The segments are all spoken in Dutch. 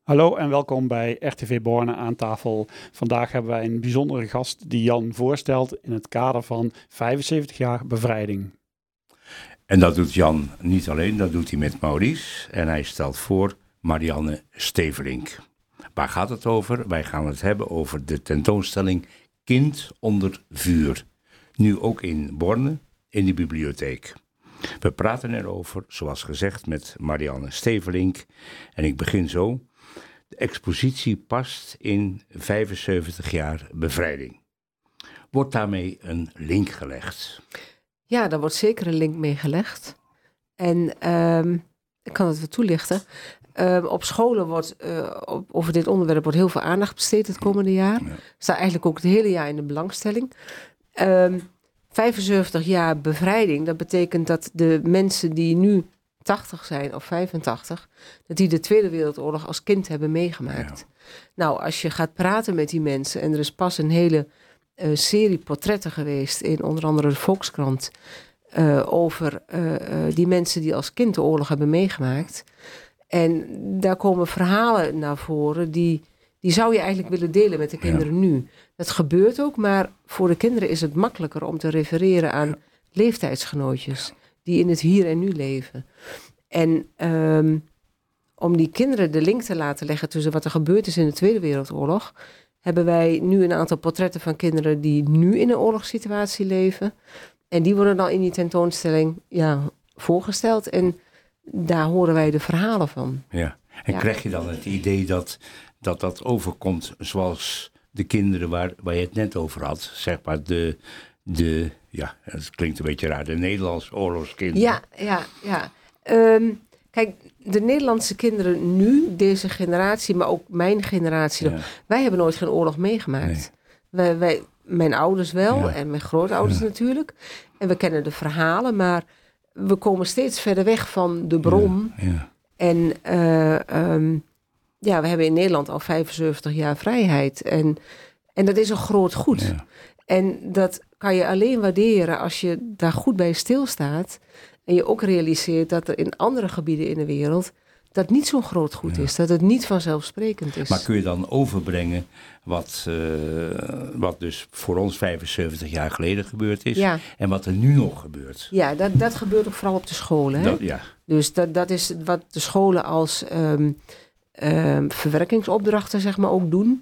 Hallo en welkom bij RTV Borne aan tafel. Vandaag hebben wij een bijzondere gast die Jan voorstelt in het kader van 75 jaar bevrijding. En dat doet Jan niet alleen, dat doet hij met Maurice. En hij stelt voor Marianne Stevelink. Waar gaat het over? Wij gaan het hebben over de tentoonstelling Kind onder vuur. Nu ook in Borne, in de bibliotheek. We praten erover, zoals gezegd, met Marianne Stevelink. En ik begin zo. De expositie past in 75 jaar bevrijding. Wordt daarmee een link gelegd? Ja, daar wordt zeker een link mee gelegd. En ik kan het wel toelichten. Op scholen wordt over dit onderwerp wordt heel veel aandacht besteed het komende jaar. Ja. Staat eigenlijk ook het hele jaar in de belangstelling. 75 jaar bevrijding, dat betekent dat de mensen die nu 80 zijn of 85, dat die de Tweede Wereldoorlog als kind hebben meegemaakt. Ja. Nou, als je gaat praten met die mensen, en er is pas een hele serie portretten geweest in onder andere de Volkskrant over die mensen die als kind de oorlog hebben meegemaakt. En daar komen verhalen naar voren die zou je eigenlijk willen delen met de kinderen nu. Dat gebeurt ook, maar voor de kinderen is het makkelijker om te refereren aan leeftijdsgenootjes die in het hier en nu leven. En om die kinderen de link te laten leggen tussen wat er gebeurd is in de Tweede Wereldoorlog, hebben wij nu een aantal portretten van kinderen die nu in een oorlogssituatie leven. En die worden dan in die tentoonstelling voorgesteld. En daar horen wij de verhalen van. Ja. En krijg je dan het idee dat overkomt zoals de kinderen waar je het net over had? Zeg maar het klinkt een beetje raar, de Nederlandse oorlogskinderen. Ja. Kijk, de Nederlandse kinderen nu, deze generatie, maar ook mijn generatie, wij hebben nooit geen oorlog meegemaakt. Nee. Mijn ouders wel en mijn grootouders natuurlijk. En we kennen de verhalen, maar we komen steeds verder weg van de bron. Ja. En we hebben in Nederland al 75 jaar vrijheid. En dat is een groot goed. Ja. En dat kan je alleen waarderen als je daar goed bij stilstaat. En je ook realiseert dat er in andere gebieden in de wereld dat niet zo'n groot goed is. Dat het niet vanzelfsprekend is. Maar kun je dan overbrengen wat dus voor ons 75 jaar geleden gebeurd is. Ja. En wat er nu nog gebeurt. Ja, dat gebeurt ook vooral op de scholen. Hè? Dus dat is wat de scholen als verwerkingsopdrachten zeg maar ook doen.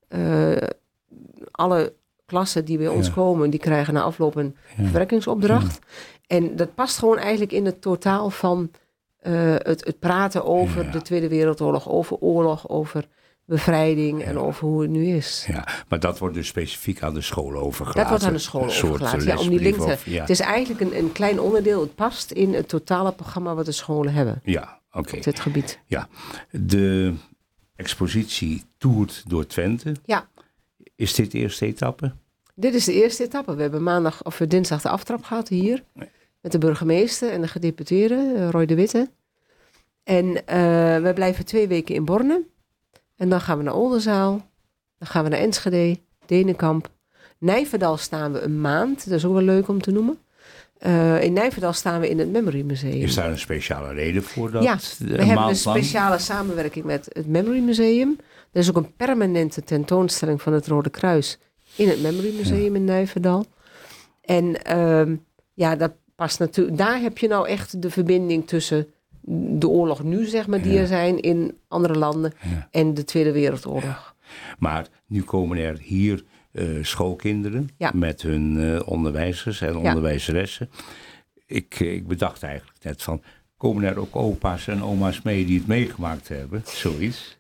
Alle klassen die bij ons komen, die krijgen na afloop een verwerkingsopdracht. Ja. En dat past gewoon eigenlijk in het totaal van het praten over de Tweede Wereldoorlog, over oorlog, over bevrijding en over hoe het nu is. Ja, maar dat wordt dus specifiek aan de scholen overgelaten. Dat wordt aan de scholen overgelaten, om die link te... Het is eigenlijk een klein onderdeel, het past in het totale programma wat de scholen hebben. Ja, oké. Op dit gebied. Ja, de expositie toert door Twente. Ja. Is dit de eerste etappe? Dit is de eerste etappe. We hebben dinsdag de aftrap gehad hier. Nee. Met de burgemeester en de gedeputeerde, Roy de Witte. En we blijven 2 weken in Borne. En dan gaan we naar Oldenzaal. Dan gaan we naar Enschede, Denenkamp. Nijverdal staan we een maand. Dat is ook wel leuk om te noemen. In Nijverdal staan we in het Memory Museum. Is daar een speciale reden voor? Ja, we hebben een speciale samenwerking met het Memory Museum. Er is ook een permanente tentoonstelling van het Rode Kruis in het Memory Museum in Nijverdal. En dat past natuurlijk. Daar heb je nou echt de verbinding tussen de oorlog nu, zeg maar, die er zijn in andere landen en de Tweede Wereldoorlog. Ja. Maar nu komen er hier schoolkinderen met hun onderwijzers en onderwijzeressen. Ik bedacht eigenlijk net van, komen er ook opa's en oma's mee die het meegemaakt hebben? Zoiets.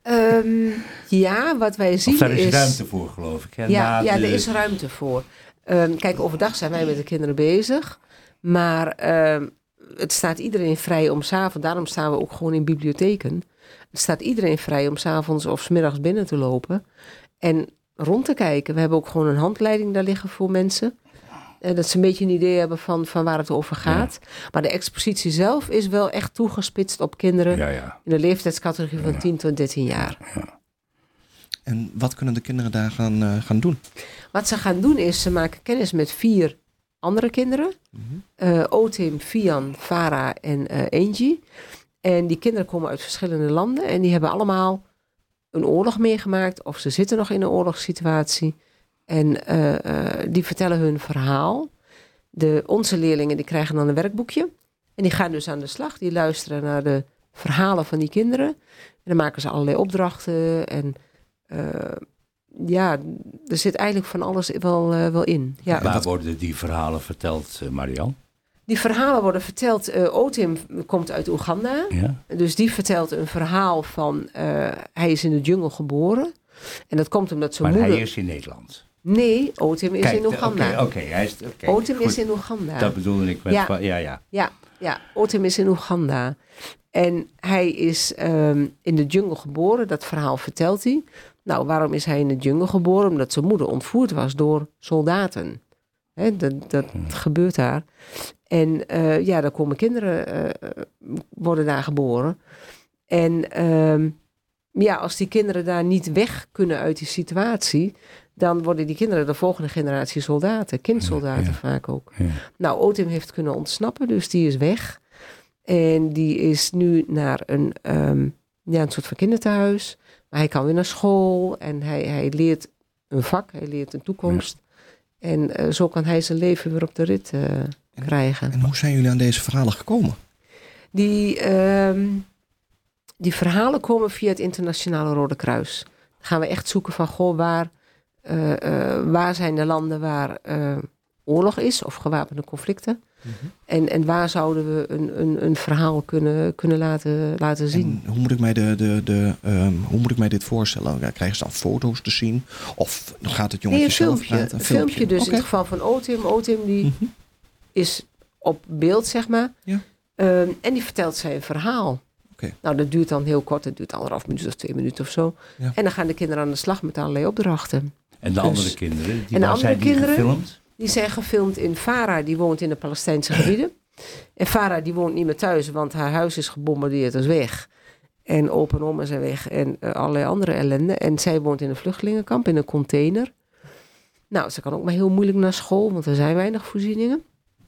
Wat wij zien is... Of daar is ruimte voor, geloof ik. Hè? Er is ruimte voor. Kijk, overdag zijn wij met de kinderen bezig. Maar het staat iedereen vrij om 's avonds... Daarom staan we ook gewoon in bibliotheken. Het staat iedereen vrij om 's avonds of 's middags binnen te lopen. En rond te kijken. We hebben ook gewoon een handleiding daar liggen voor mensen. Dat ze een beetje een idee hebben van waar het over gaat. Ja. Maar de expositie zelf is wel echt toegespitst op kinderen... in de leeftijdscategorie van 10 tot 13 jaar. Ja. En wat kunnen de kinderen daar gaan doen? Wat ze gaan doen is, ze maken kennis met 4 andere kinderen. Mm-hmm. Otim, Fian, Farah en Angie. En die kinderen komen uit verschillende landen. En die hebben allemaal een oorlog meegemaakt of ze zitten nog in een oorlogssituatie. En die vertellen hun verhaal. Onze leerlingen die krijgen dan een werkboekje. En die gaan dus aan de slag. Die luisteren naar de verhalen van die kinderen. En dan maken ze allerlei opdrachten. En er zit eigenlijk van alles wel in. Ja. Waar worden die verhalen verteld, Marianne? Die verhalen worden verteld. Otim komt uit Oeganda. Ja? Dus die vertelt een verhaal van... hij is in de jungle geboren. En dat komt omdat zijn Maar moeder... hij is in Nederland. Nee, Otim is in Oeganda. Oké, Otim is in Oeganda. Dat bedoelde ik met... Ja, Otim is in Oeganda. En hij is in de jungle geboren. Dat verhaal vertelt hij. Nou, waarom is hij in de jungle geboren? Omdat zijn moeder ontvoerd was door soldaten. Hè, dat gebeurt daar. En daar komen kinderen, worden daar geboren. En als die kinderen daar niet weg kunnen uit die situatie... dan worden die kinderen de volgende generatie soldaten. Kindsoldaten vaak ook. Ja. Nou, Otim heeft kunnen ontsnappen, dus die is weg. En die is nu naar een soort van kinderthuis. Maar hij kan weer naar school en hij leert een vak, hij leert een toekomst. Ja. En zo kan hij zijn leven weer op de rit krijgen. En hoe zijn jullie aan deze verhalen gekomen? Die verhalen komen via het Internationale Rode Kruis. Dan gaan we echt zoeken van, waar zijn de landen waar oorlog is of gewapende conflicten? Mm-hmm. En waar zouden we een verhaal kunnen laten zien? En hoe moet ik mij dit voorstellen? Krijgen ze dan foto's te zien? Of gaat het jongetje zelf praten? Een filmpje dus in het geval van Otim. Otim die is op beeld, zeg maar. Ja. En die vertelt zijn verhaal. Okay. Nou, dat duurt dan heel kort. Dat duurt 1,5 minuut of 2 minuten of zo. Ja. En dan gaan de kinderen aan de slag met allerlei opdrachten. En de andere kinderen? Zijn die gefilmd? Die zijn gefilmd in Farah. Die woont in de Palestijnse gebieden. En Farah die woont niet meer thuis. Want haar huis is gebombardeerd, is weg. En opa en oma zijn weg. En allerlei andere ellende. En zij woont in een vluchtelingenkamp. In een container. Nou, ze kan ook maar heel moeilijk naar school. Want er zijn weinig voorzieningen.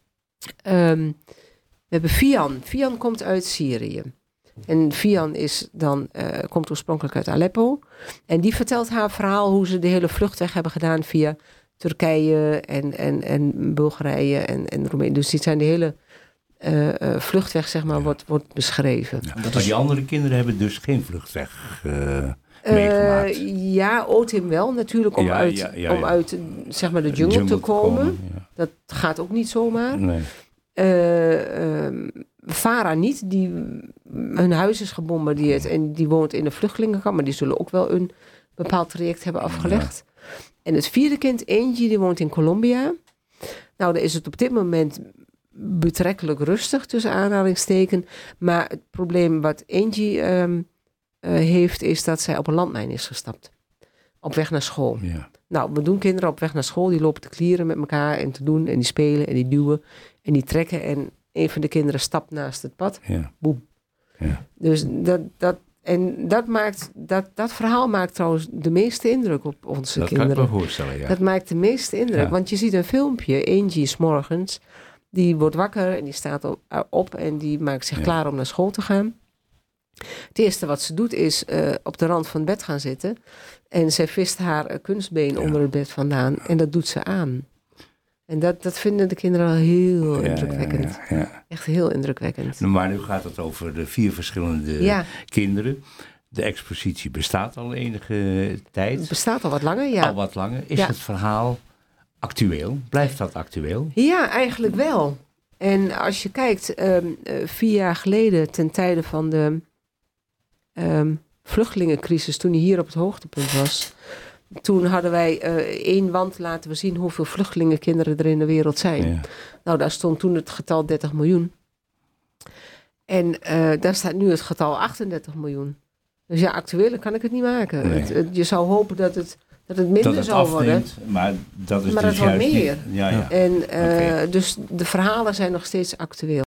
We hebben Fian. Fian komt uit Syrië. En Fian komt oorspronkelijk uit Aleppo. En die vertelt haar verhaal hoe ze de hele vluchtweg hebben gedaan via Turkije en Bulgarije en Roemenië. Dus dit zijn de hele vluchtweg, zeg maar, wordt beschreven. Ja, maar die andere kinderen hebben dus geen vluchtweg meegemaakt? Ja, Otim wel natuurlijk, om uit zeg maar de jungle te komen. Ja. Dat gaat ook niet zomaar. Nee. Farah niet, hun huis is gebombardeerd en die woont in een vluchtelingenkamp, maar die zullen ook wel een bepaald traject hebben afgelegd. Ja. En het 4e kind, Angie, die woont in Colombia. Nou, daar is het op dit moment betrekkelijk rustig, tussen aanhalingstekens. Maar het probleem wat Angie heeft, is dat zij op een landmijn is gestapt. Op weg naar school. Ja. Nou, we doen kinderen op weg naar school, die lopen te klieren met elkaar en te doen. En die spelen en die duwen en die trekken. En een van de kinderen stapt naast het pad. Ja. Boem. Ja. Dus dat verhaal maakt trouwens de meeste indruk op onze kinderen. Dat kan ik me voorstellen, ja. Dat maakt de meeste indruk. Ja. Want je ziet een filmpje, Angie 's morgens. Die wordt wakker en die staat op en die maakt zich klaar om naar school te gaan. Het eerste wat ze doet is op de rand van het bed gaan zitten. En zij vist haar kunstbeen onder het bed vandaan. En dat doet ze aan. En dat vinden de kinderen al heel indrukwekkend. Ja. Echt heel indrukwekkend. Maar nu gaat het over de 4 verschillende kinderen. De expositie bestaat al enige tijd. Het bestaat al wat langer, ja. Al wat langer. Is het verhaal actueel? Blijft dat actueel? Ja, eigenlijk wel. En als je kijkt, 4 jaar geleden, ten tijde van de vluchtelingencrisis, toen die hier op het hoogtepunt was, toen hadden wij 1 wand laten we zien hoeveel vluchtelingenkinderen er in de wereld zijn. Ja. Nou, daar stond toen het getal 30 miljoen. En daar staat nu het getal 38 miljoen. Dus ja, actueel kan ik het niet maken. Nee. Je zou hopen dat het minder zou worden. Maar dat is maar dus dat wordt meer. Ja. En dus de verhalen zijn nog steeds actueel.